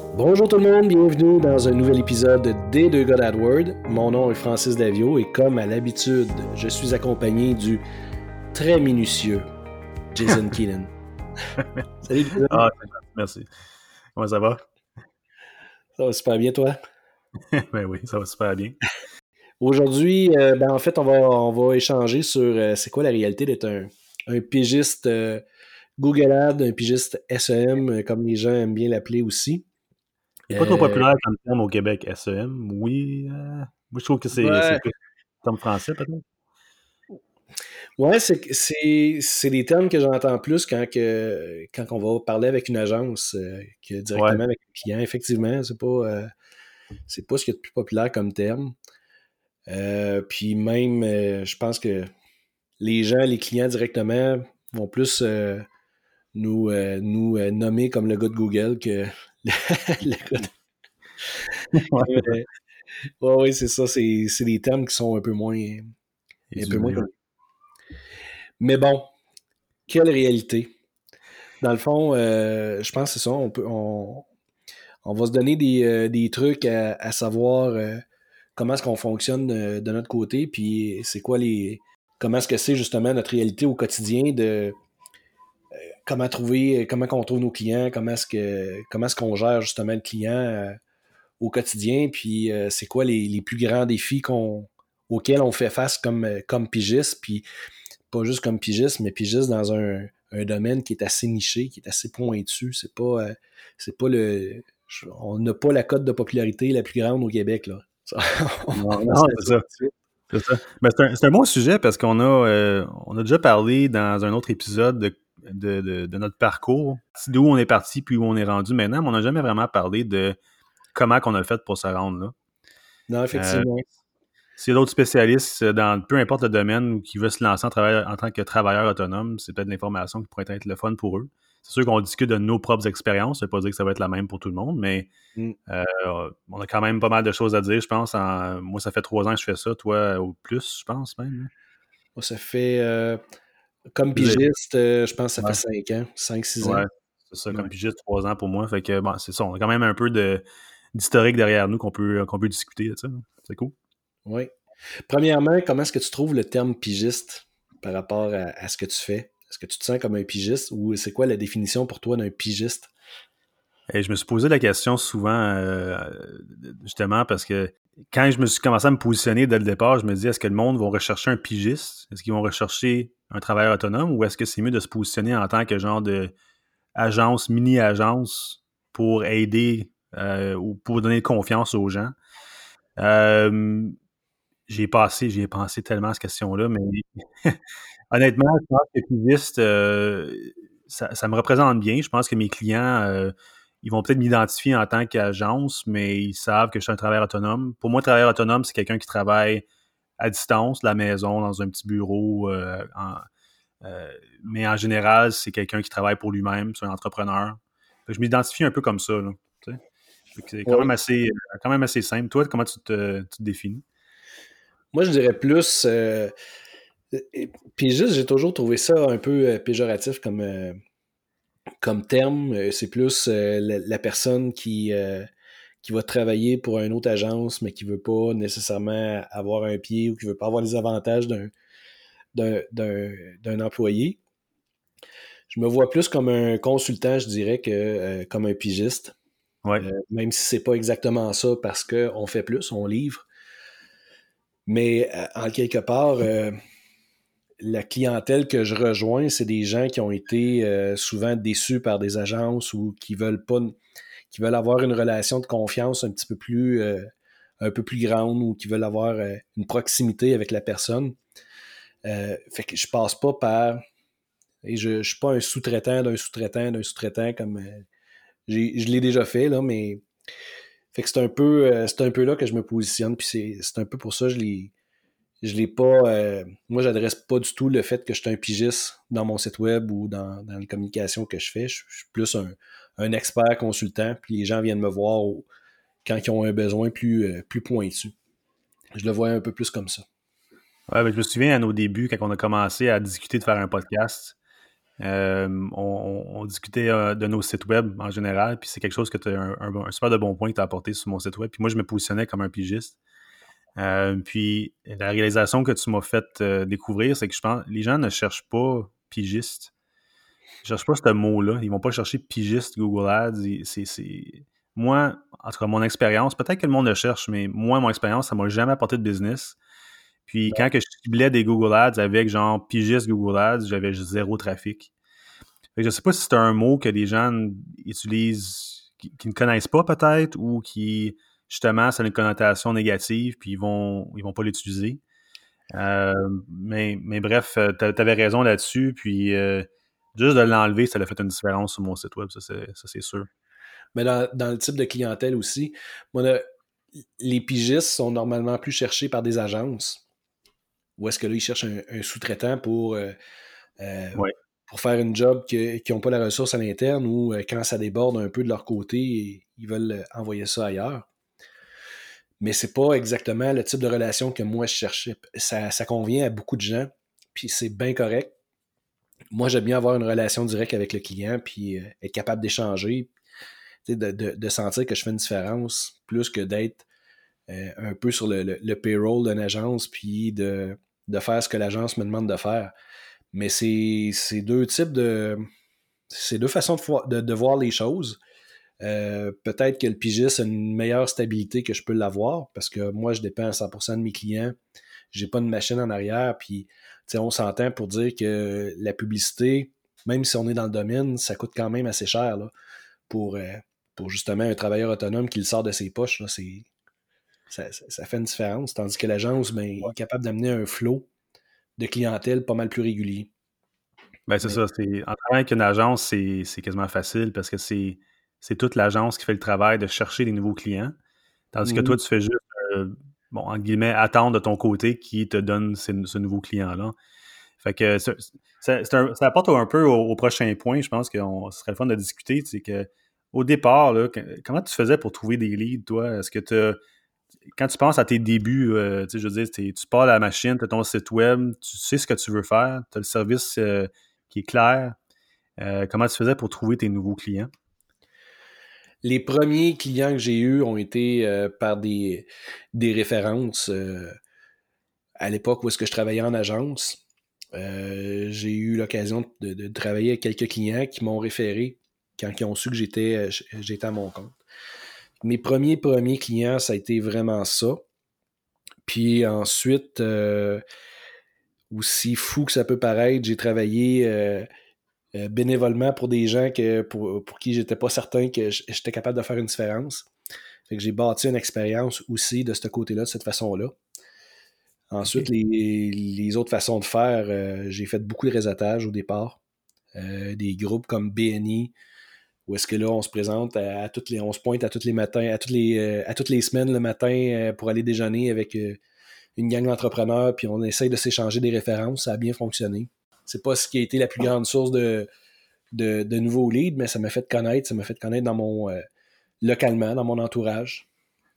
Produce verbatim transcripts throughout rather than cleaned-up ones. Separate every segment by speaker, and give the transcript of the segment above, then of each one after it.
Speaker 1: Bonjour tout le monde, bienvenue dans un nouvel épisode des Deux gars d'AdWord. Mon nom est Francis Davio et comme à l'habitude, je suis accompagné du très minutieux Jason Keenan. Salut Jason.
Speaker 2: Ah, merci. Comment ça va?
Speaker 1: Ça va super bien toi?
Speaker 2: Ben oui, ça va super bien.
Speaker 1: Aujourd'hui, euh, ben en fait, on va, on va échanger sur euh, c'est quoi la réalité d'être un, un pigiste euh, Google Ads, un pigiste S E M, euh, comme les gens aiment bien l'appeler aussi.
Speaker 2: Il n'est pas trop
Speaker 1: Euh,
Speaker 2: populaire comme terme au Québec, S E M. Oui, euh, moi je trouve que c'est, c'est
Speaker 1: ouais,
Speaker 2: plus terme français peut-être.
Speaker 1: ouais, c'est, c'est, c'est des termes que j'entends plus quand, que, quand on va parler avec une agence euh, que
Speaker 2: Ouais,
Speaker 1: directement avec un client. Effectivement, c'est pas, euh, c'est pas ce qu'il y a de plus populaire comme terme. Euh, puis même, euh, je pense que les gens, les clients directement vont plus euh, nous, euh, nous euh, nommer comme le gars de Google que le, le gars de...
Speaker 2: ouais,
Speaker 1: Comme,
Speaker 2: c'est ça.
Speaker 1: euh, ouais, ouais, c'est ça. C'est, c'est des termes qui sont un peu moins,
Speaker 2: Les
Speaker 1: un peu moins
Speaker 2: usés, ouais.
Speaker 1: connus. Mais bon, quelle réalité. Dans le fond, euh, je pense que c'est ça. On peut, on, on va se donner des, euh, des trucs à, à savoir euh, comment est-ce qu'on fonctionne euh, de notre côté, puis c'est quoi les, comment est-ce que c'est justement notre réalité au quotidien de comment trouver, comment qu'on trouve nos clients, comment est-ce que, comment est-ce qu'on gère justement le client euh, au quotidien, puis euh, c'est quoi les, les plus grands défis qu'on, auxquels on fait face comme, euh, comme pigiste, puis pas juste comme pigiste, mais pigiste dans un, un domaine qui est assez niché, qui est assez pointu. C'est pas, euh, c'est pas le, je- on n'a pas la cote de popularité la plus grande au Québec là. Ça,
Speaker 2: Non,
Speaker 1: on
Speaker 2: non,
Speaker 1: se
Speaker 2: c'est
Speaker 1: l'assure
Speaker 2: ça.
Speaker 1: tout de suite.
Speaker 2: C'est ça. Mais c'est un, c'est un bon sujet parce qu'on a, euh, on a déjà parlé dans un autre épisode de, de, de, de notre parcours, d'où on est parti puis où on est rendu maintenant, mais on n'a jamais vraiment parlé de comment qu'on a fait pour se rendre là.
Speaker 1: Non,
Speaker 2: Euh,
Speaker 1: effectivement.
Speaker 2: S'il y a d'autres spécialistes dans peu importe le domaine ou qui veulent se lancer en, travail, en tant que travailleur autonome, c'est peut-être l'information qui pourrait être le fun pour eux. C'est sûr qu'on discute de nos propres expériences, ça veut pas dire que ça va être la même pour tout le monde, mais
Speaker 1: Mm.
Speaker 2: euh, on a quand même pas mal de choses à dire, je pense. En, moi, ça fait trois ans que je fais ça, toi, au plus, je pense même. Hein.
Speaker 1: Moi, ça fait, euh, comme
Speaker 2: Vous êtes-
Speaker 1: pigiste, euh, je pense que ça fait
Speaker 2: Ouais,
Speaker 1: cinq ans, cinq six ans.
Speaker 2: ouais, c'est ça,
Speaker 1: Ouais.
Speaker 2: comme puis juste trois ans pour moi. Fait que bon, c'est ça, on a quand même un peu de, d'historique derrière nous qu'on peut, qu'on peut discuter de ça. C'est cool.
Speaker 1: Oui. Premièrement, comment est-ce que tu trouves le terme pigiste par rapport à, à ce que tu fais? Est-ce que tu te sens comme un pigiste ou c'est quoi la définition pour toi d'un pigiste?
Speaker 2: Et je me suis posé la question souvent, euh, justement, parce que quand je me suis commencé à me positionner dès le départ, je me dis, est-ce que le monde va rechercher un pigiste? Est-ce qu'ils vont rechercher un travailleur autonome ou est-ce que c'est mieux de se positionner en tant que genre de agence, mini-agence pour aider euh, ou pour donner confiance aux gens? Euh, j'ai passé, j'ai pensé tellement à cette question-là, mais honnêtement, je pense que pigiste, euh, ça, ça me représente bien. Je pense que mes clients, euh, ils vont peut-être m'identifier en tant qu'agence, mais ils savent que je suis un travailleur autonome. Pour moi, un travailleur autonome, c'est quelqu'un qui travaille à distance, de la maison, dans un petit bureau. Euh, en- euh, mais en général, c'est quelqu'un qui travaille pour lui-même, c'est un entrepreneur. Fait que je m'identifie un peu comme ça. Là, tu sais. Fait que c'est quand
Speaker 1: Oui.
Speaker 2: même assez, euh, quand même assez simple. Toi, comment tu te, tu te définis?
Speaker 1: Moi, je dirais plus. Euh, et- pigiste, j'ai toujours trouvé ça un peu euh, péjoratif comme, euh, comme terme. Euh, C'est plus euh, la, la personne qui, euh, qui va travailler pour une autre agence, mais qui veut pas nécessairement avoir un pied ou qui veut pas avoir les avantages d'un, d'un, d'un, d'un employé. Je me vois plus comme un consultant, je dirais, que euh, comme un pigiste.
Speaker 2: Ouais.
Speaker 1: Euh, même si c'est pas exactement ça parce qu'on fait plus, on livre. Mais euh, en quelque part, euh, la clientèle que je rejoins, c'est des gens qui ont été euh, souvent déçus par des agences ou qui veulent pas, qui veulent avoir une relation de confiance un petit peu plus, euh, un peu plus grande ou qui veulent avoir euh, une proximité avec la personne. Euh, fait que je passe pas par, et je, je suis pas un sous-traitant d'un sous-traitant d'un sous-traitant comme euh, j'ai, je l'ai déjà fait là, mais fait que c'est un peu, euh, c'est un peu là que je me positionne, puis c'est, c'est un peu pour ça que je l'ai, je l'ai pas. Euh, moi, j'adresse pas du tout le fait que je suis un pigiste dans mon site web ou dans, dans les communications que je fais. Je, je suis plus un, un expert consultant, puis les gens viennent me voir au- quand ils ont un besoin plus, euh, plus pointu. Je le vois un peu plus comme ça.
Speaker 2: Ouais, ben, je me souviens à nos débuts, quand on a commencé à discuter de faire un podcast. Euh, on, on discutait euh, de nos sites web en général, puis c'est quelque chose que tu as un, un, un super de bon point que tu as apporté sur mon site web. Puis moi, je me positionnais comme un pigiste. Euh, puis la réalisation que tu m'as fait euh, découvrir, c'est que je pense que les gens ne cherchent pas pigiste. Ils ne cherchent pas ce mot-là. Ils vont pas chercher pigiste Google Ads. C'est, c'est... Moi, en tout cas, mon expérience, peut-être que le monde le cherche, mais moi, mon expérience, ça ne m'a jamais apporté de business. Puis quand que je ciblais des Google Ads avec genre pigiste Google Ads, j'avais zéro trafic. Fait que je sais pas si c'est un mot que les gens utilisent, qui, qui ne connaissent pas peut-être, ou qui, justement, ça a une connotation négative, puis ils vont ils vont pas l'utiliser. Euh, mais, mais bref, tu avais raison là-dessus, puis euh, juste de l'enlever, ça a fait une différence sur mon site web, ça c'est, ça, c'est sûr.
Speaker 1: Mais dans, dans le type de clientèle aussi, moi, le, les pigistes sont normalement plus cherchés par des agences. Ou est-ce que là, ils cherchent un, un sous-traitant pour, euh, euh,
Speaker 2: ouais.
Speaker 1: pour faire une job que, qui n'ont pas la ressource à l'interne, ou euh, quand ça déborde un peu de leur côté, ils veulent envoyer ça ailleurs. Mais c'est pas exactement le type de relation que moi je cherchais. Ça, ça convient à beaucoup de gens, puis c'est bien correct. Moi, j'aime bien avoir une relation directe avec le client, puis euh, être capable d'échanger, de, de, de sentir que je fais une différence, plus que d'être euh, un peu sur le, le, le payroll d'une agence, puis de, de faire ce que l'agence me demande de faire. Mais c'est, c'est deux types de... C'est deux façons de, de, de voir les choses. Euh, peut-être que le pigiste a une meilleure stabilité que je peux l'avoir, parce que moi, je dépends à cent pour cent de mes clients. J'ai pas de machine en arrière, puis on s'entend pour dire que la publicité, même si on est dans le domaine, ça coûte quand même assez cher là, pour, euh, pour justement un travailleur autonome qui le sort de ses poches. Là, c'est, ça, ça, ça fait une différence, tandis que l'agence ben,
Speaker 2: Ouais.
Speaker 1: est capable d'amener un flot de clientèle pas mal plus régulier.
Speaker 2: Ben, c'est
Speaker 1: Mais...
Speaker 2: ça. C'est, en travaillant avec une agence, c'est, c'est quasiment facile parce que c'est, c'est toute l'agence qui fait le travail de chercher des nouveaux clients. Tandis que
Speaker 1: mm-hmm.
Speaker 2: toi, tu fais juste, euh, bon, en guillemets, attendre de ton côté qui te donne ces, ce nouveau client-là. Fait que ça, ça, c'est un, ça apporte un peu au, au prochain point, je pense que on, ce serait le fun de discuter. C'est que au départ, là, comment tu faisais pour trouver des leads, toi? Est-ce que tu quand tu penses à tes débuts, euh, je veux dire, tu pars à la machine, tu as ton site web, tu sais ce que tu veux faire, tu as le service euh, qui est clair. Euh, comment tu faisais pour trouver tes nouveaux clients?
Speaker 1: Les premiers clients que j'ai eus ont été euh, par des, des références. Euh, à l'époque où est-ce que je travaillais en agence, euh, j'ai eu l'occasion de, de travailler avec quelques clients qui m'ont référé quand ils ont su que j'étais, j'étais à mon compte. Mes premiers premiers clients, ça a été vraiment ça. Puis ensuite, euh, aussi fou que ça peut paraître, j'ai travaillé euh, euh, bénévolement pour des gens que, pour, pour qui j'étais pas certain que j'étais capable de faire une différence. Fait que j'ai bâti une expérience aussi de ce côté-là, de cette façon-là. Ensuite,
Speaker 2: Okay.
Speaker 1: les, les autres façons de faire, euh, j'ai fait beaucoup de réseautage au départ. Euh, des groupes comme B N I, où est-ce que là, on se présente à, à toutes les, on se pointe à tous les matins, à toutes les, euh, à toutes les semaines le matin euh, pour aller déjeuner avec euh, une gang d'entrepreneurs, puis on essaye de s'échanger des références. Ça a bien fonctionné. C'est pas ce qui a été la plus grande source de, de, de nouveaux leads, mais ça m'a fait connaître, ça m'a fait connaître dans mon euh, localement, dans mon entourage.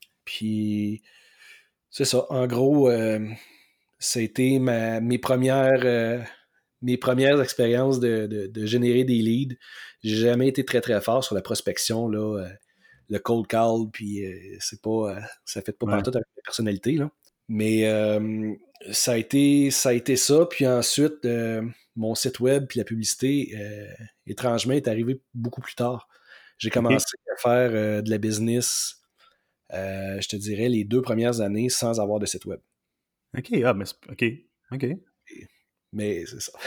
Speaker 1: Puis c'est ça. En gros, euh, ça a été ma, mes premières euh, mes premières expériences de, de, de générer des leads. J'ai jamais été très très fort sur la prospection, là, euh, le cold call, puis euh, c'est pas, euh, ça fait pas
Speaker 2: Ouais.
Speaker 1: partout avec la personnalité, là. Mais euh, ça a été ça a été ça. Puis ensuite, euh, mon site web puis la publicité, euh, étrangement, est arrivé beaucoup plus tard. J'ai
Speaker 2: Okay.
Speaker 1: commencé à faire euh, de la business, euh, je te dirais, les deux premières années sans avoir de site web.
Speaker 2: OK. Ah, mais OK. OK.
Speaker 1: Mais c'est ça.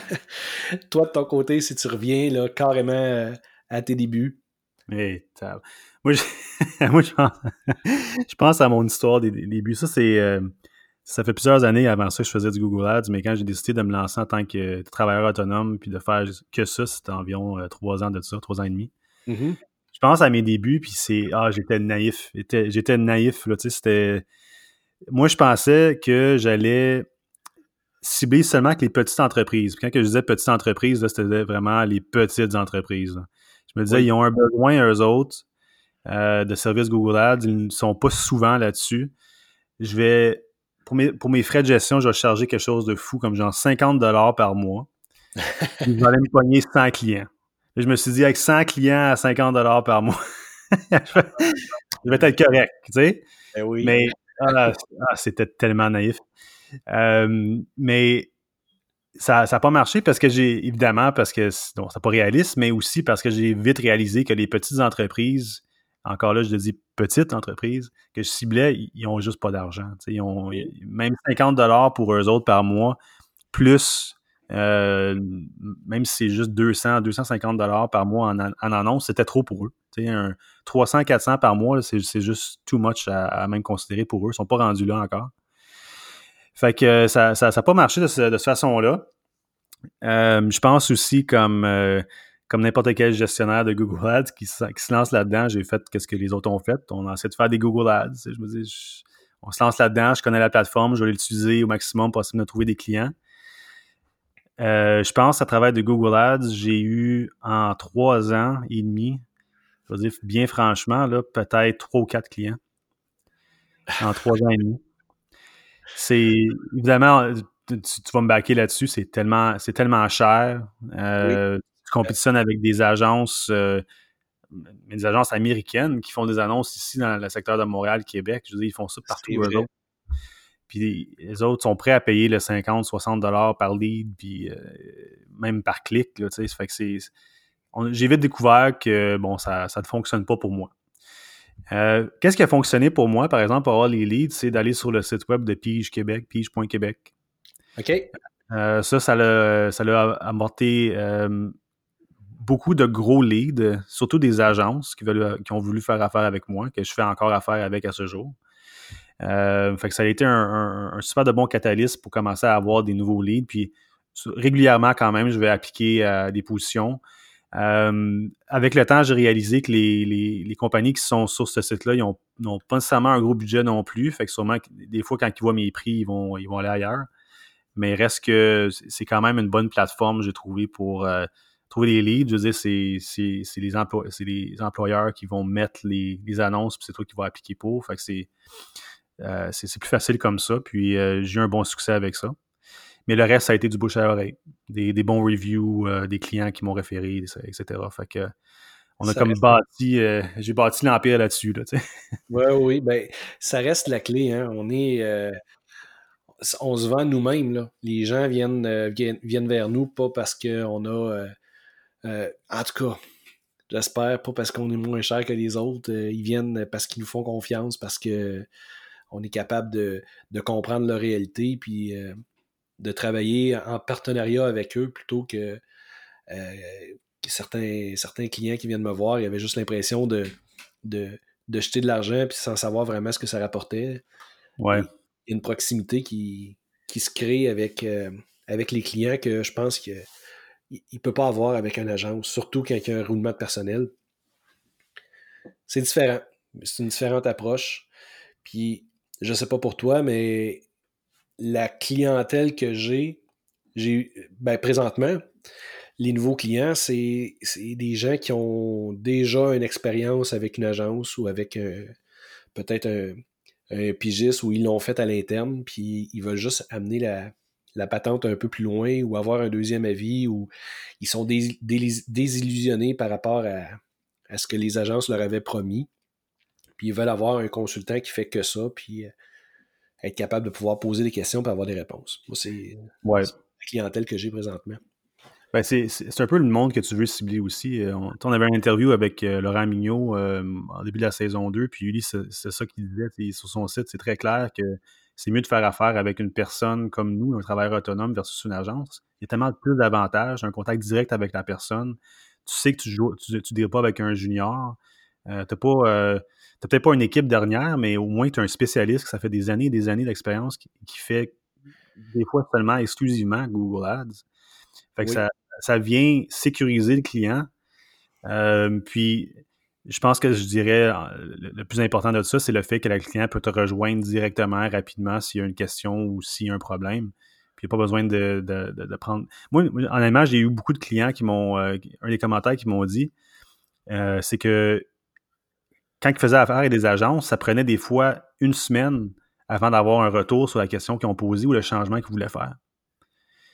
Speaker 1: Toi, de ton côté, si tu reviens là, carrément à tes débuts.
Speaker 2: Hey, moi, je... moi je, pense... je pense à mon histoire des débuts. Ça, c'est. Euh... Ça fait plusieurs années avant ça que je faisais du Google Ads, mais quand j'ai décidé de me lancer en tant que travailleur autonome puis de faire que ça, c'était environ euh, trois ans de ça, trois ans et demi.
Speaker 1: Mm-hmm.
Speaker 2: Je pense à mes débuts, puis c'est. Ah, j'étais naïf. J'étais, j'étais naïf, là, tu sais, c'était. Moi, je pensais que j'allais cibler seulement avec les petites entreprises. Puis quand je disais petites entreprises, là, c'était vraiment les petites entreprises. Là. Je me disais,
Speaker 1: Oui.
Speaker 2: ils ont un besoin, eux autres, euh, de services Google Ads. Ils ne sont pas souvent là-dessus. Je vais, pour mes, pour mes frais de gestion, je vais charger quelque chose de fou, comme genre cinquante dollars par mois. Puis je vais aller me pogner cent clients. Et je me suis dit, avec cent clients à cinquante dollars par mois, je vais être correct, tu sais.
Speaker 1: Ben oui.
Speaker 2: Mais ah, ah, c'était tellement naïf. Euh, mais ça n'a pas marché parce que j'ai, évidemment, parce que bon, c'est pas réaliste, mais aussi parce que j'ai vite réalisé que les petites entreprises, encore là, je le dis petites entreprises, que je ciblais, ils n'ont juste pas d'argent. Ils ont
Speaker 1: Oui.
Speaker 2: même cinquante dollars pour eux autres par mois, plus euh, même si c'est juste deux cents, deux cent cinquante dollars par mois en, en annonce, c'était trop pour eux. Un trois cents, quatre cents par mois, c'est, c'est juste too much à, à même considérer pour eux. Ils ne sont pas rendus là encore. Fait que ça n'a ça, ça pas marché de, ce, de cette façon-là. Euh, je pense aussi comme, euh, comme n'importe quel gestionnaire de Google Ads qui, se- qui se lance là-dedans, j'ai fait ce que les autres ont fait. On a essayé de faire des Google Ads. Je me dis, je- on se lance là-dedans, je connais la plateforme, je vais l'utiliser au maximum pour essayer de trouver des clients. Euh, je pense à travers de Google Ads, j'ai eu en trois ans et demi, je veux dire bien franchement, là, peut-être trois ou quatre clients en trois ans et demi. C'est évidemment, tu, tu vas me backer là-dessus, c'est tellement, c'est tellement cher.
Speaker 1: Oui.
Speaker 2: Euh, tu compétitionnes avec des agences, euh, des agences américaines qui font des annonces ici dans le secteur de Montréal, Québec. Je veux dire, ils font ça
Speaker 1: C'est
Speaker 2: partout eux
Speaker 1: vrai.
Speaker 2: autres. Puis les autres sont prêts à payer le cinquante, soixante dollars par lead, puis euh, même par clic. Là, ça fait que c'est, on, j'ai vite découvert que bon, ça, ça ne fonctionne pas pour moi. Euh, qu'est-ce qui a fonctionné pour moi, par exemple, pour avoir les leads, c'est d'aller sur le site web de Pige Québec, pige point québec.
Speaker 1: OK.
Speaker 2: Euh, ça, ça l'a, ça l'a apporté euh, beaucoup de gros leads, surtout des agences qui, veulent, qui ont voulu faire affaire avec moi, que je fais encore affaire avec à ce jour. Euh, fait que ça a été un, un, un super de bon catalyste pour commencer à avoir des nouveaux leads. Puis régulièrement, quand même, je vais appliquer à des positions. Euh, avec le temps, j'ai réalisé que les, les, les compagnies qui sont sur ce site-là, ils n'ont pas nécessairement un gros budget non plus. Fait que sûrement, des fois, quand ils voient mes prix, ils vont, ils vont aller ailleurs. Mais reste que c'est quand même une bonne plateforme, j'ai trouvé, pour euh, trouver les leads. Je veux dire, c'est, c'est, c'est, les, emplo- c'est les employeurs qui vont mettre les, les annonces, puis c'est toi qui vas appliquer pour. Fait que c'est, euh, c'est, c'est plus facile comme ça. Puis euh, j'ai eu un bon succès avec ça. Mais le reste, ça a été du bouche à oreille. Des, des bons reviews, euh, des clients qui m'ont référé, et cetera. Fait que on a
Speaker 1: Ça
Speaker 2: comme
Speaker 1: reste...
Speaker 2: bâti, euh, j'ai bâti l'empire là-dessus. Là,
Speaker 1: Oui, oui, ben, ça reste la clé. Hein. On est, euh, on se vend nous-mêmes. Là. Les gens viennent, euh, viennent, viennent vers nous, pas parce qu'on a, euh, euh, en tout cas, j'espère, pas parce qu'on est moins cher que les autres. Euh, ils viennent parce qu'ils nous font confiance, parce que on est capable de, de comprendre leur réalité, puis euh, de travailler en partenariat avec eux plutôt que, euh, que certains, certains clients qui viennent me voir, ils avaient juste l'impression de, de, de jeter de l'argent puis sans savoir vraiment ce que ça rapportait.
Speaker 2: ouais.
Speaker 1: Il y a une proximité qui, qui se crée avec, euh, avec les clients que je pense qu'il ne peut pas avoir avec une agence, surtout quand il y a un roulement de personnel. C'est différent. C'est une différente approche. Puis, je sais pas pour toi, mais la clientèle que j'ai, j'ai ben, présentement, les nouveaux clients, c'est, c'est des gens qui ont déjà une expérience avec une agence ou avec un, peut-être un, un pigiste où ils l'ont fait à l'interne, puis ils veulent juste amener la, la patente un peu plus loin ou avoir un deuxième avis ou ils sont dés, dés, désillusionnés par rapport à, à ce que les agences leur avaient promis. Puis ils veulent avoir un consultant qui fait que ça, puis être capable de pouvoir poser des questions et avoir des réponses. Moi, c'est,
Speaker 2: Ouais.
Speaker 1: c'est la clientèle que j'ai présentement.
Speaker 2: Ben c'est, c'est, c'est un peu le monde que tu veux cibler aussi. Euh, On, on avait une interview avec euh, Laurent Mignot euh, en début de la saison deux, puis lui, c'est, c'est ça qu'il disait sur son site. C'est très clair que c'est mieux de faire affaire avec une personne comme nous, un travailleur autonome versus une agence. Il y a tellement plus d'avantages, un contact direct avec la personne. Tu sais que tu joues, tu, tu deals pas avec un junior. Euh, t'as pas, euh, t'as peut-être pas une équipe dernière, mais au moins tu as un spécialiste que ça fait des années et des années d'expérience qui, qui fait des fois seulement exclusivement Google Ads. Fait que
Speaker 1: Oui.
Speaker 2: ça, ça vient sécuriser le client. Euh, puis, je pense que je dirais le, le plus important de ça, c'est le fait que le client peut te rejoindre directement, rapidement, s'il y a une question ou s'il y a un problème. Puis, il n'y a pas besoin de, de, de, de prendre. Moi, honnêtement, j'ai eu beaucoup de clients qui m'ont. Euh, un des commentaires qui m'ont dit, euh, c'est que quand ils faisaient affaire avec des agences, ça prenait des fois une semaine avant d'avoir un retour sur la question qu'ils ont posée ou le changement qu'ils voulaient faire.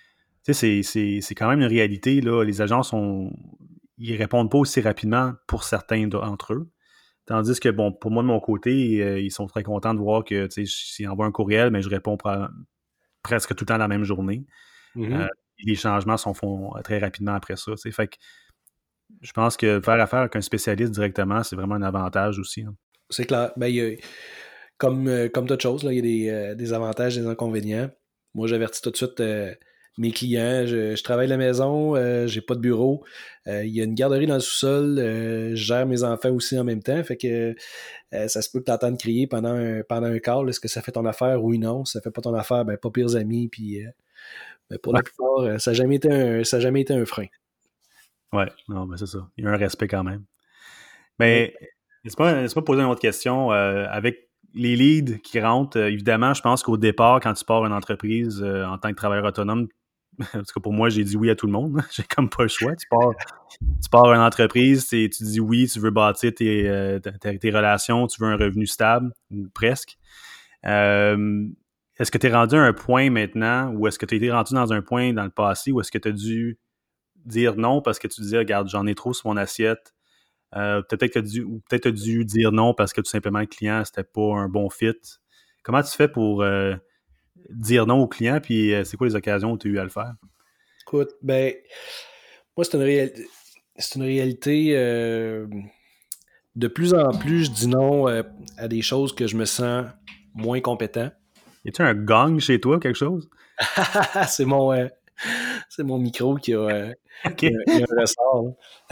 Speaker 2: tu sais, c'est, c'est, c'est quand même une réalité, là. Les agents sont, ils répondent pas aussi rapidement pour certains d'entre eux. Tandis que, bon, pour moi, de mon côté, euh, ils sont très contents de voir que, tu sais, s'ils envoient un courriel, mais je réponds pra- presque tout le temps la même journée.
Speaker 1: Mm-hmm.
Speaker 2: Euh, les changements se font très rapidement après ça, tu sais. Fait que je pense que faire affaire avec un spécialiste directement, c'est vraiment un avantage aussi, hein.
Speaker 1: C'est clair. Ben, il y a, comme, euh, comme toute chose, là, il y a des, euh, des avantages et des inconvénients. Moi, j'avertis tout de suite euh, mes clients. Je, je travaille à la maison, euh, j'ai pas de bureau. Euh, il y a une garderie dans le sous-sol. Euh, je gère mes enfants aussi en même temps. Fait que euh, ça se peut que tu entendes crier pendant un, pendant un call. Est-ce que ça fait ton affaire? Oui, non. Si ça fait pas ton affaire, ben pas pires amis. Puis euh, ben, pour
Speaker 2: Ouais,
Speaker 1: la plupart, euh, ça n'a jamais été un, ça a jamais été un frein.
Speaker 2: ouais, non, ben c'est ça. Il y a un respect quand même.
Speaker 1: Oui.
Speaker 2: Mais laisse-moi, laisse-moi poser une autre question. Euh, avec les leads qui rentrent, euh, évidemment, je pense qu'au départ, quand tu pars une entreprise euh, en tant que travailleur autonome, parce que pour moi, j'ai dit oui à tout le monde. J'ai comme pas le choix. Tu pars, tu pars une entreprise, tu dis oui, tu veux bâtir tes, euh, tes, tes relations, tu veux un revenu stable, ou presque. Euh, est-ce que tu es rendu à un point maintenant, ou est-ce que tu as été rendu dans un point dans le passé, où est-ce que tu as dû dire non parce que tu disais, regarde, j'en ai trop sur mon assiette. Euh, peut-être que dû, ou peut-être dû dire non parce que tout simplement le client, c'était pas un bon fit. Comment tu fais pour euh, dire non au client, puis euh, c'est quoi les occasions où tu as eu à le faire?
Speaker 1: Écoute, ben, moi, c'est une, réalité c'est une réalité. Euh, de plus en plus, je dis non euh, à des choses que je me sens moins compétent.
Speaker 2: Y a-tu un gong chez toi, quelque chose?
Speaker 1: c'est mon euh, c'est mon micro qui a, euh,
Speaker 2: OK.
Speaker 1: il y a, il y a un ressort.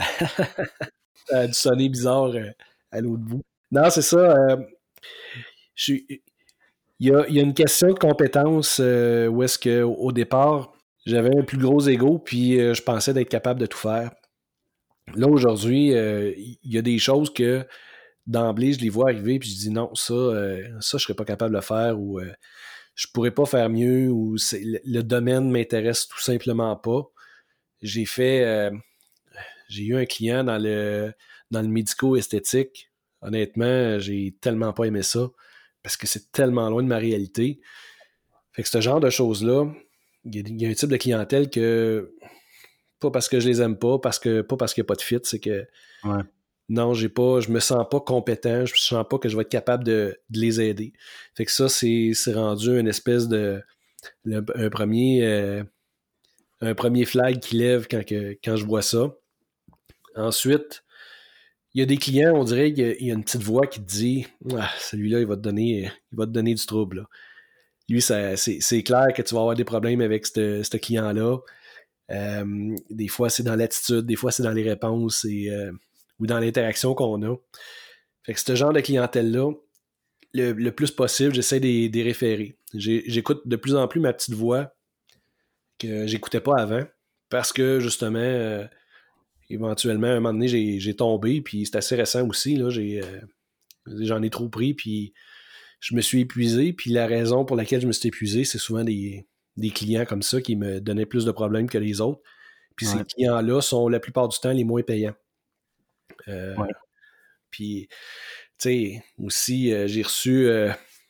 Speaker 1: Ça a dû sonner bizarre euh, à l'autre bout. Non, c'est ça. Euh, je suis, il, y a, il y a une question de compétence euh, où est-ce qu'au au départ, j'avais un plus gros ego, puis euh, je pensais d'être capable de tout faire. Là, aujourd'hui, euh, il y a des choses que d'emblée, je les vois arriver, puis je dis non, ça, euh, ça, je serais pas capable de le faire, ou euh, je pourrais pas faire mieux, ou c'est, le, le domaine m'intéresse tout simplement pas. J'ai fait, euh, j'ai eu un client dans le, dans le médico-esthétique. Honnêtement, j'ai tellement pas aimé ça, parce que c'est tellement loin de ma réalité. Fait que ce genre de choses-là, il y, a, il y a un type de clientèle que, pas parce que je les aime pas, parce que, pas parce qu'il n'y a pas de fit, c'est que
Speaker 2: Ouais.
Speaker 1: non, j'ai pas, je me sens pas compétent, je me sens pas que je vais être capable de, de les aider. Fait que ça, c'est, c'est rendu une espèce de le- un premier euh, un premier flag qui lève quand, que, quand je vois ça. Ensuite, il y a des clients, on dirait qu'il y a, il y a une petite voix qui te dit ah, celui-là, il va te donner, il va te donner du trouble. Là. Lui, ça, c'est, c'est clair que tu vas avoir des problèmes avec ce client-là. Euh, des fois, c'est dans l'attitude, des fois, c'est dans les réponses et, euh, ou dans l'interaction qu'on a. Fait que ce genre de clientèle-là, le, le plus possible, j'essaie de les référer. J'ai, j'écoute de plus en plus ma petite voix que j'écoutais pas avant parce que justement, euh, éventuellement, à un moment donné, j'ai, j'ai tombé, puis c'est assez récent aussi, là, j'ai, euh, j'en ai trop pris, puis je me suis épuisé, puis la raison pour laquelle je me suis épuisé, c'est souvent des, des clients comme ça qui me donnaient plus de problèmes que les autres. Puis ces
Speaker 2: Ouais.
Speaker 1: clients-là sont la plupart du temps les moins payants. Euh,
Speaker 2: Ouais.
Speaker 1: puis, tu sais, aussi, euh, j'ai reçu, euh,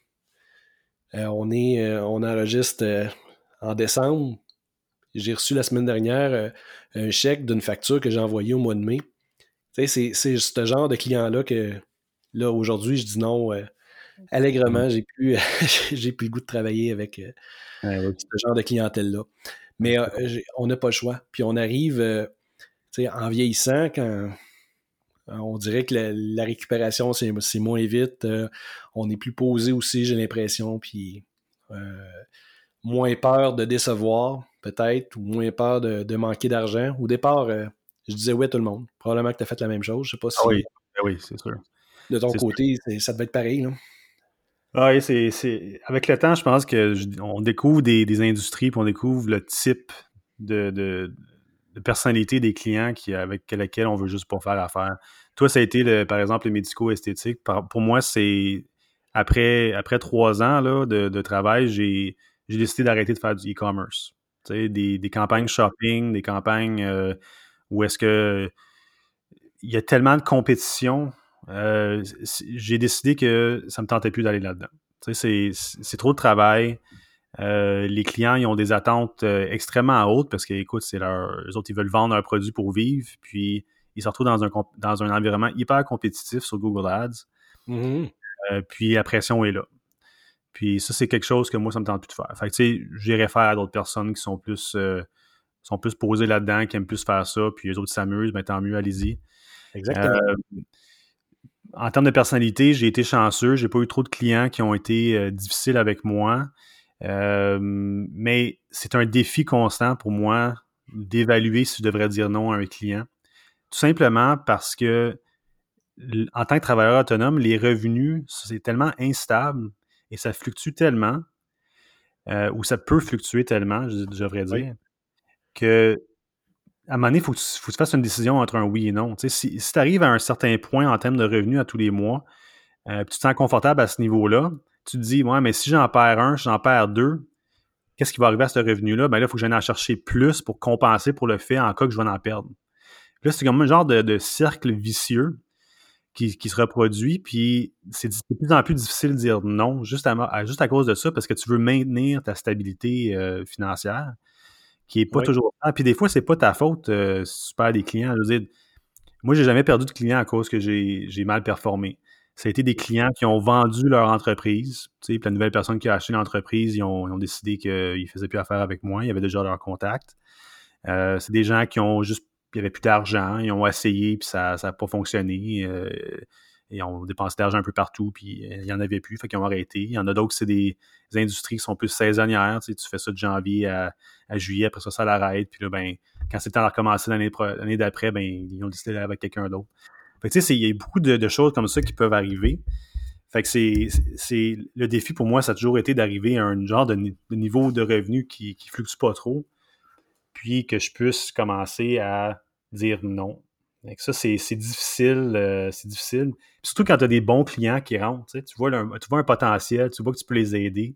Speaker 1: euh, on est, euh, on enregistre euh, en décembre. J'ai reçu la semaine dernière euh, un chèque d'une facture que j'ai envoyée au mois de mai. Tu sais, c'est, c'est ce genre de client-là que, là, aujourd'hui, je dis non euh, allègrement. J'ai plus, j'ai plus le goût de travailler avec euh,
Speaker 2: Ouais, ouais.
Speaker 1: ce genre de clientèle-là.
Speaker 2: Ouais,
Speaker 1: Mais
Speaker 2: je
Speaker 1: euh,
Speaker 2: peux comprendre.
Speaker 1: j'ai- on n'a pas le choix. Puis on arrive, euh, tu sais, en vieillissant, quand on dirait que la, la récupération, c'est, c'est moins vite. Euh, on est plus posé aussi, j'ai l'impression. Puis euh, moins peur de décevoir, peut-être, ou moins peur de, de manquer d'argent. Au départ, euh, je disais oui à tout le monde. Probablement que tu as fait la même chose. Je sais pas
Speaker 2: Ah oui,
Speaker 1: si
Speaker 2: ben oui, c'est sûr.
Speaker 1: de ton
Speaker 2: C'est sûr.
Speaker 1: côté, c'est- ça devait être pareil. Là.
Speaker 2: Ah oui, c'est, c'est... Avec le temps, je pense que je- on découvre des, des industries, puis on découvre le type de, de, de personnalité des clients qui, avec lesquels on veut juste pas faire affaire. Toi, ça a été, le, par exemple, le médico-esthétique. Par- Pour moi, c'est après, après trois ans là, de, de travail, j'ai, j'ai décidé d'arrêter de faire du e-commerce. Tu sais, des, des campagnes shopping, des campagnes euh, où est-ce que il y a tellement de compétition. Euh, j'ai décidé que ça me tentait plus d'aller là-dedans. Tu sais, c'est, c'est trop de travail. Euh, les clients, ils ont des attentes euh, extrêmement hautes parce que, écoute, c'est leur, eux autres, ils veulent vendre un produit pour vivre, puis ils se retrouvent dans un, dans un environnement hyper compétitif sur Google Ads,
Speaker 1: Mhm.
Speaker 2: euh, puis la pression est là. Puis ça, c'est quelque chose que moi, ça me tente plus de faire. Fait que, tu sais, j'irais faire à d'autres personnes qui sont plus, euh, sont plus posées là-dedans, qui aiment plus faire ça, puis les autres s'amusent, ben tant mieux, allez-y. Euh,
Speaker 1: Exactement.
Speaker 2: en termes de personnalité, j'ai été chanceux, j'ai pas eu trop de clients qui ont été euh, difficiles avec moi. Euh, mais c'est un défi constant pour moi d'évaluer si je devrais dire non à un client. Tout simplement parce que, en tant que travailleur autonome, les revenus, c'est tellement instable et ça fluctue tellement, euh, ou ça peut fluctuer tellement, je, je devrais
Speaker 1: Oui.
Speaker 2: dire, que à un moment donné, il faut, que tu- faut que tu fasses une décision entre un oui et non. Tu sais, si si tu arrives à un certain point en termes de revenus à tous les mois, euh, puis tu te sens confortable à ce niveau-là, tu te dis, ouais, mais si j'en perds un, si j'en perds deux, qu'est-ce qui va arriver à ce revenu-là? Ben là, il faut que j'aille en chercher plus pour compenser pour le fait en cas que je vais en perdre. Là, c'est comme un genre de, de cercle vicieux qui, qui se reproduit, puis c'est de plus en plus difficile de dire non, juste à, à- juste à cause de ça, parce que tu veux maintenir ta stabilité euh, financière, qui est pas
Speaker 1: Oui.
Speaker 2: toujours... Ah, puis des fois, c'est pas ta faute euh, si tu perds des clients. Je veux dire, moi, j'ai jamais perdu de clients à cause que j'ai j'ai mal performé. Ça a été des clients qui ont vendu leur entreprise. Tu sais, puis la nouvelle personne qui a acheté l'entreprise, ils ont, ils ont décidé qu'ils ne faisaient plus affaire avec moi. Ils avaient déjà leur contact. Euh, c'est des gens qui ont juste... Il n'y avait plus d'argent. Ils ont essayé, puis ça n'a pas fonctionné. Euh, ils ont dépensé de l'argent un peu partout, puis il n'y en avait plus. Fait qu'ils ont arrêté. Il y en a d'autres, c'est des, des industries qui sont plus saisonnières. Tu sais, tu fais ça de janvier à, à juillet, après ça, ça l'arrête. Puis là, ben, quand c'est le temps de recommencer l'année, l'année d'après, ben, ils ont décidé d'aller avec quelqu'un d'autre. Fait que, tu sais, il y a beaucoup de, de choses comme ça qui peuvent arriver. Fait que c'est, c'est le défi pour moi, ça a toujours été d'arriver à un genre de, de niveau de revenu qui, qui fluctue pas trop, puis que je puisse commencer à dire non. Fait que ça, c'est, c'est difficile. Euh, c'est difficile. Puis surtout quand tu as des bons clients qui rentrent, tu sais, tu vois, le- tu vois un potentiel, tu vois que tu peux les aider.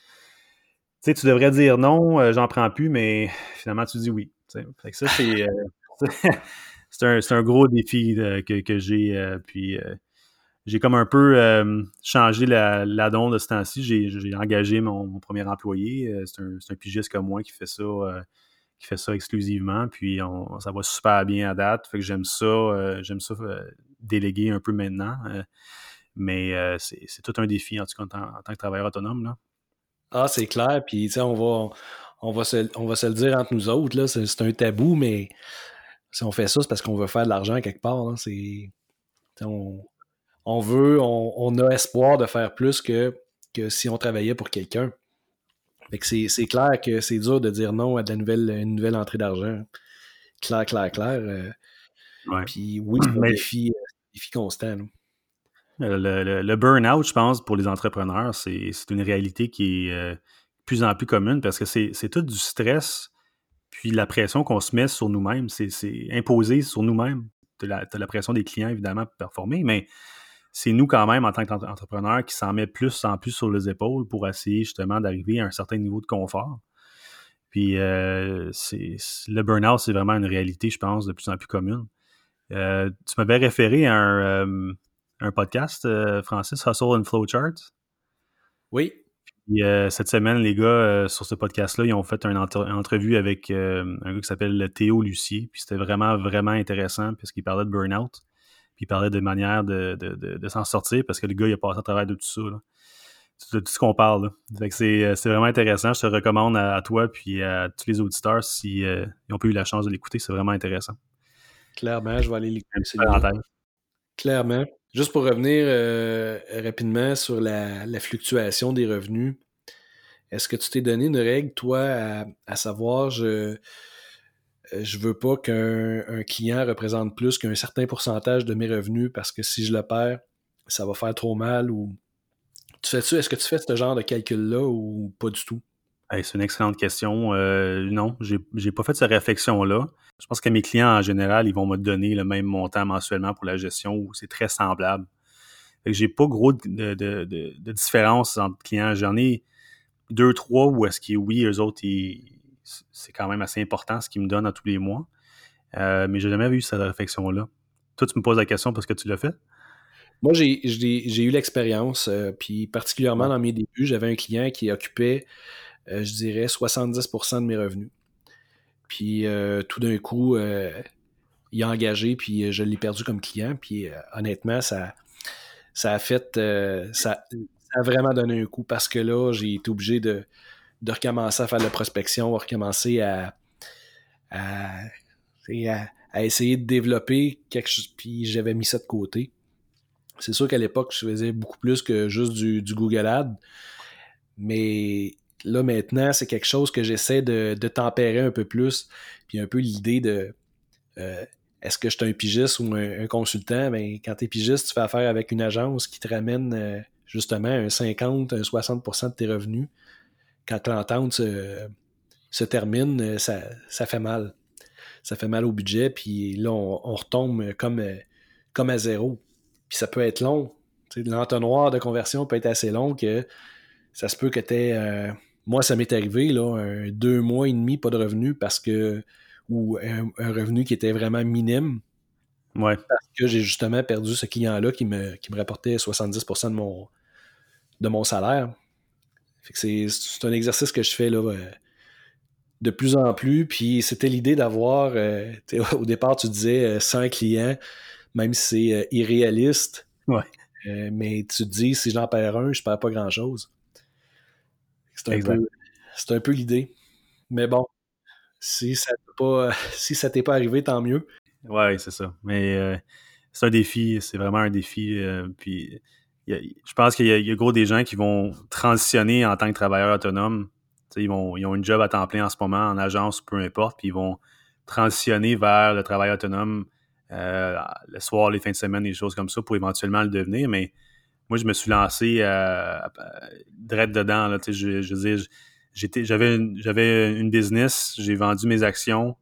Speaker 2: Tu sais, tu devrais dire non, euh, j'en prends plus, mais finalement, tu dis oui. Tu sais. Fait que ça, c'est, euh, c'est, un, c'est un gros défi euh, que, que j'ai. Euh, puis euh, j'ai comme un peu euh, changé la, la donne de ce temps-ci. J'ai, j'ai engagé mon, mon premier employé. Euh, c'est, un, c'est un pigiste comme moi qui fait ça, euh, qui fait ça exclusivement. Puis on, ça va super bien à date. Fait que j'aime ça, euh, j'aime ça euh, déléguer un peu maintenant. Euh, mais euh, c'est, c'est tout un défi, en tout cas, en, tant- en tant que travailleur autonome, là.
Speaker 1: Ah, c'est clair. Puis, tu sais, on va, on, va se, on va se le dire entre nous autres, là. C'est, c'est un tabou, mais si on fait ça, c'est parce qu'on veut faire de l'argent quelque part, là. C'est, tu sais, on, on veut, on, on a espoir de faire plus que, que si on travaillait pour quelqu'un. Fait que c'est, c'est clair que c'est dur de dire non à de la nouvelle, une nouvelle entrée d'argent. Clair, clair, clair. Euh,
Speaker 2: Ouais.
Speaker 1: puis oui, c'est un
Speaker 2: Mais
Speaker 1: défi, euh, un défi constant, là.
Speaker 2: le, le, le burn-out, je pense, pour les entrepreneurs, c'est, c'est une réalité qui est euh, de plus en plus commune parce que c'est, c'est tout du stress, puis la pression qu'on se met sur nous-mêmes. C'est, c'est imposé sur nous-mêmes. Tu as la, t'as la pression des clients, évidemment, pour performer, mais c'est nous, quand même, en tant qu'entrepreneurs, qui s'en met plus en plus sur les épaules pour essayer justement d'arriver à un certain niveau de confort. Puis euh, c'est, le burn-out, c'est vraiment une réalité, je pense, de plus en plus commune. Euh, tu m'avais référé à un, euh, un podcast, euh, Francis, Hustle and Flowchart.
Speaker 1: Oui.
Speaker 2: Puis, euh, cette semaine, les gars, euh, sur ce podcast-là, ils ont fait une, entre- une entrevue avec euh, un gars qui s'appelle Théo Lucier. Puis c'était vraiment, vraiment intéressant puisqu'il parlait de burn-out. Puis il parlait de manière de, de, de, de s'en sortir parce que le gars, il a passé à travers de tout ça, là. De tout ce qu'on parle, là. Fait que c'est, euh, c'est vraiment intéressant. Je te recommande à, à toi puis à tous les auditeurs si euh, ils ont pas eu la chance de l'écouter. C'est vraiment intéressant.
Speaker 1: Clairement, je vais aller
Speaker 2: Une
Speaker 1: l'écouter
Speaker 2: petite
Speaker 1: celui-là.
Speaker 2: parenthèse.
Speaker 1: Clairement. Juste pour revenir euh, rapidement sur la, la fluctuation des revenus, est-ce que tu t'es donné une règle, toi, à, à savoir, je je veux pas qu'un un client représente plus qu'un certain pourcentage de mes revenus parce que si je le perds, ça va faire trop mal ou tu fais-tu, est-ce que tu fais ce genre de calcul-là ou pas du tout?
Speaker 2: Hey, c'est une excellente question. Euh, non, j'ai, j'ai pas fait cette réflexion-là. Je pense que mes clients, en général, ils vont me donner le même montant mensuellement pour la gestion où c'est très semblable. Fait que j'ai pas gros de, de, de, de différence entre clients. J'en ai deux, trois où est-ce que oui, eux autres, ils, c'est quand même assez important ce qu'ils me donnent à tous les mois. Euh, mais j'ai jamais eu cette réflexion-là. Toi, tu me poses la question parce que tu l'as fait?
Speaker 1: Moi, j'ai, j'ai, j'ai eu l'expérience, euh, puis particulièrement
Speaker 2: Ouais.
Speaker 1: dans mes débuts, j'avais un client qui occupait euh, je dirais, soixante-dix pour cent de mes revenus. Puis euh, tout d'un coup, euh, il a engagé, puis je l'ai perdu comme client. Puis euh, honnêtement, ça, ça a fait... euh, ça, ça a vraiment donné un coup parce que là, j'ai été obligé de, de recommencer à faire de la prospection, recommencer à, à, à, à essayer de développer quelque chose, puis j'avais mis ça de côté. C'est sûr qu'à l'époque, je faisais beaucoup plus que juste du, du Google Ads, mais là, maintenant, c'est quelque chose que j'essaie de, de tempérer un peu plus, puis un peu l'idée de euh, est-ce que je suis un pigiste ou un, un consultant? Ben, quand tu es pigiste, tu fais affaire avec une agence qui te ramène euh, justement un cinquante, un soixante pour cent de tes revenus. Quand l'entente se, se termine, ça, ça fait mal. Ça fait mal au budget, puis là, on, on retombe comme, comme à zéro. Puis ça peut être long. Tu sais, l'entonnoir de conversion peut être assez long que ça se peut que tu aies... Euh, moi, ça m'est arrivé, là, un, deux mois et demi, pas de revenus parce que... ou un, un revenu qui était vraiment minime
Speaker 2: Ouais.
Speaker 1: parce que j'ai justement perdu ce client-là qui me, qui me rapportait soixante-dix pour cent de mon, de mon salaire. Fait que c'est, c'est un exercice que je fais là, euh, de plus en plus. Puis c'était l'idée d'avoir... Euh, au départ, tu disais euh, cent clients, même si c'est euh, irréaliste.
Speaker 2: Ouais.
Speaker 1: Euh, mais tu te dis, si j'en perds un, je perds pas grand-chose. C'est un
Speaker 2: Exact.
Speaker 1: peu, c'est un peu l'idée. Mais bon, si ça t'est pas, si ça t'est pas arrivé, tant mieux.
Speaker 2: Ouais, c'est ça. Mais euh, c'est un défi, c'est vraiment un défi. Euh, puis y a, je pense qu'il y a, il y a gros des gens qui vont transitionner en tant que travailleurs autonomes. Ils, vont, ils ont une job à temps plein en ce moment, en agence, peu importe, puis ils vont transitionner vers le travail autonome euh, le soir, les fins de semaine, des choses comme ça, pour éventuellement le devenir. Mais moi, je me suis lancé euh, direct dedans. Là, je, je veux dire, j'étais, j'avais, une, j'avais une business, j'ai vendu mes actions.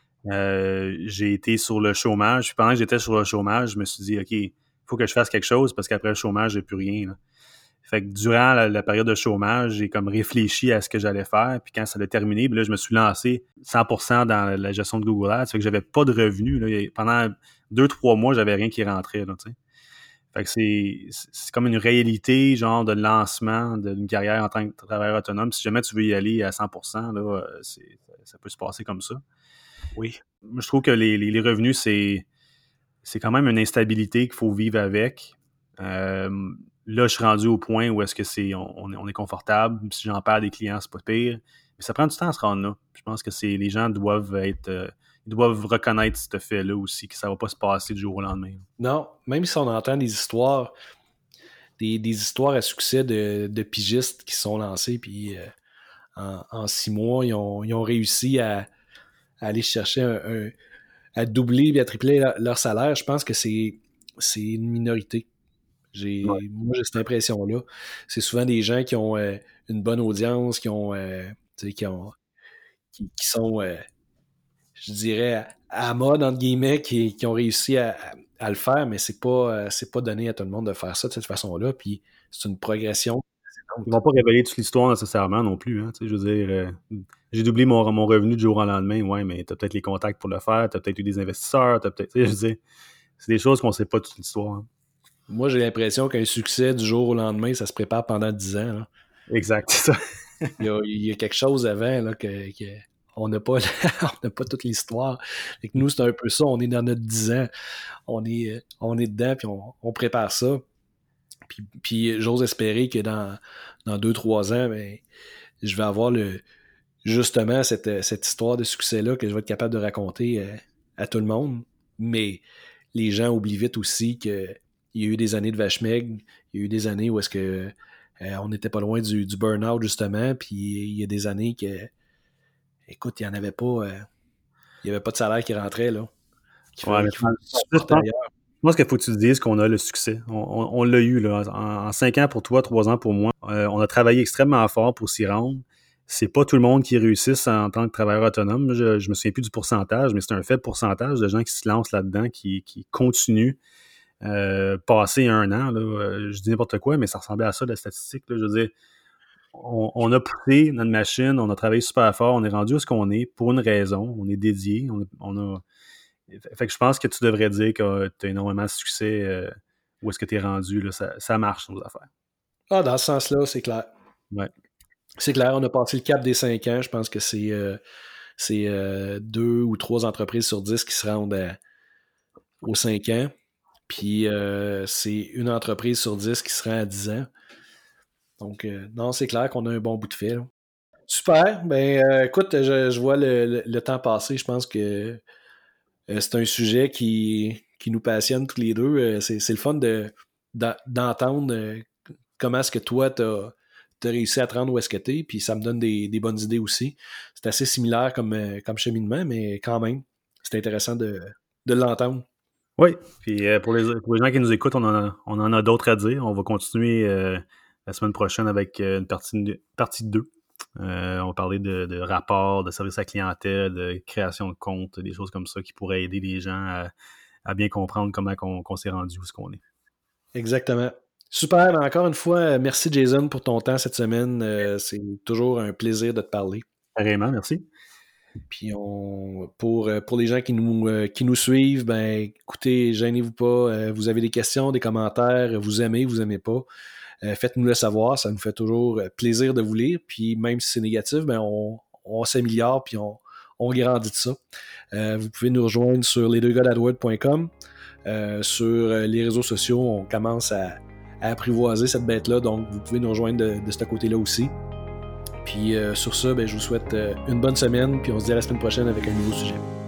Speaker 2: Euh, j'ai été sur le chômage. Puis pendant que j'étais sur le chômage, je me suis dit, OK, il faut que je fasse quelque chose parce qu'après le chômage, j'ai plus rien. Là. Fait que durant la, la période de chômage, j'ai comme réfléchi à ce que j'allais faire. Puis quand ça a terminé, là, je me suis lancé cent pour cent dans la gestion de Google Ads. Fait que j'avais pas de revenus. Là. Pendant deux, trois mois, j'avais rien qui rentrait. Là, tu sais. Fait que c'est, c'est comme une réalité, genre, de lancement d'une carrière en tant que travailleur autonome. Si jamais tu veux y aller à cent pour cent, là, c'est, ça peut se passer comme ça.
Speaker 1: Oui.
Speaker 2: Je trouve que les, les, les revenus, c'est, c'est quand même une instabilité qu'il faut vivre avec. Euh, là, je suis rendu au point où est-ce que c'est on, on est confortable. Si j'en perds des clients, c'est pas pire. Mais ça prend du temps à se rendre là. Je pense que c'est les gens doivent être euh, ils doivent reconnaître ce fait-là aussi, que ça va pas se passer du jour au lendemain.
Speaker 1: Non, même si on entend des histoires, des, des histoires à succès de, de pigistes qui sont lancés, puis euh, en, en six mois, ils ont, ils ont réussi à, à aller chercher un, un, à doubler et à tripler leur, leur salaire. Je pense que c'est, c'est une minorité.
Speaker 2: Ouais.
Speaker 1: J'ai, moi, j'ai cette impression-là. C'est souvent des gens qui ont euh, une bonne audience, qui ont, euh, tu sais, qui ont, qui, qui sont, euh, je dirais, à, à mode, entre guillemets, qui, qui ont réussi à, à, à le faire, mais c'est pas, euh, c'est pas donné à tout le monde de faire ça de cette façon-là. Puis c'est une progression.
Speaker 2: Ils vont pas révéler toute l'histoire nécessairement non plus. Hein, je veux dire, euh, j'ai doublé mon, mon revenu du jour au lendemain, ouais, mais t'as peut-être les contacts pour le faire, t'as peut-être eu des investisseurs, t'as peut-être. Je veux dire, c'est des choses qu'on sait pas toute l'histoire. Hein.
Speaker 1: Moi, j'ai l'impression qu'un succès du jour au lendemain, ça se prépare pendant dix ans. Là.
Speaker 2: Exact, c'est ça.
Speaker 1: Il, y a, il y a quelque chose avant là, que, que on n'a pas, on n'a pas toute l'histoire. Fait que nous, c'est un peu ça. On est dans notre dix ans. On est, on est dedans, puis on, on prépare ça. Puis, puis j'ose espérer que dans, dans deux, trois ans, ben, je vais avoir le, justement cette, cette histoire de succès-là que je vais être capable de raconter euh, à tout le monde. Mais les gens oublient vite aussi qu'il y a eu des années de vache maigre, il y a eu des années où est-ce que euh, on n'était pas loin du, du burn-out, justement, puis il y a des années que, écoute, il n'y en avait pas, euh, il n'y avait pas de salaire qui rentrait, là. Qu'il
Speaker 2: Ouais,
Speaker 1: fallait,
Speaker 2: mais
Speaker 1: qu'il fallait
Speaker 2: je pense,
Speaker 1: supporter ailleurs.
Speaker 2: je pense qu'il faut que tu te dises qu'on a le succès. On, on, on l'a eu, là. En, en cinq ans pour toi, trois ans pour moi. Euh, on a travaillé extrêmement fort pour s'y rendre. C'est pas tout le monde qui réussisse en tant que travailleur autonome. Je, je me souviens plus du pourcentage, mais c'est un faible pourcentage de gens qui se lancent là-dedans, qui, qui continuent. Euh, passer un an, là, euh, je dis n'importe quoi, mais ça ressemblait à ça, la statistique. Là, je veux dire, on, on a poussé notre machine, on a travaillé super fort, on est rendu où ce qu'on est pour une raison, on est dédié, on a, on a... Fait que je pense que tu devrais dire que tu as énormément de succès euh, où est-ce que tu es rendu, là, ça, ça marche, nos affaires.
Speaker 1: Ah, dans ce sens-là, c'est clair.
Speaker 2: Ouais.
Speaker 1: c'est clair, on a passé le cap des cinq ans. Je pense que c'est, euh, c'est euh, deux ou trois entreprises sur dix qui se rendent à, aux cinq ans. Puis euh, c'est une entreprise sur dix qui se rend à dix ans. Donc, euh, non, c'est clair qu'on a un bon bout de fil. Super. Ben, euh, écoute, je, je vois le, le, le temps passer. Je pense que euh, c'est un sujet qui, qui nous passionne tous les deux. Euh, c'est, c'est le fun de, d'entendre euh, comment est-ce que toi, tu as réussi à te rendre où est-ce que tu es, puis ça me donne des, des bonnes idées aussi. C'est assez similaire comme, euh, comme cheminement, mais quand même, c'est intéressant de, de l'entendre.
Speaker 2: Oui, puis euh, pour, les, pour les gens qui nous écoutent, on en a, on en a d'autres à dire. On va continuer euh, la semaine prochaine avec une partie, partie deux. Euh, on va parler de, de rapports, de services à clientèle, de création de comptes, des choses comme ça qui pourraient aider les gens à, à bien comprendre comment on, qu'on s'est rendu, où ce qu'on est.
Speaker 1: Exactement. Super. Encore une fois, merci Jason pour ton temps cette semaine. Euh, c'est toujours un plaisir de te parler.
Speaker 2: Carrément, merci.
Speaker 1: Puis on, pour, pour les gens qui nous, euh, qui nous suivent, ben écoutez, gênez-vous pas. Euh, vous avez des questions, des commentaires, vous aimez, vous aimez pas. Euh, faites-nous le savoir, ça nous fait toujours plaisir de vous lire. Puis même si c'est négatif, ben on, on s'améliore puis on, on grandit de ça. Euh, vous pouvez nous rejoindre sur les deux gars d'adword point com. Euh, sur les réseaux sociaux, on commence à, à apprivoiser cette bête-là, donc vous pouvez nous rejoindre de, de ce côté-là aussi. Puis euh, sur ça, ben, je vous souhaite euh, une bonne semaine, puis on se dit à la semaine prochaine avec un nouveau sujet.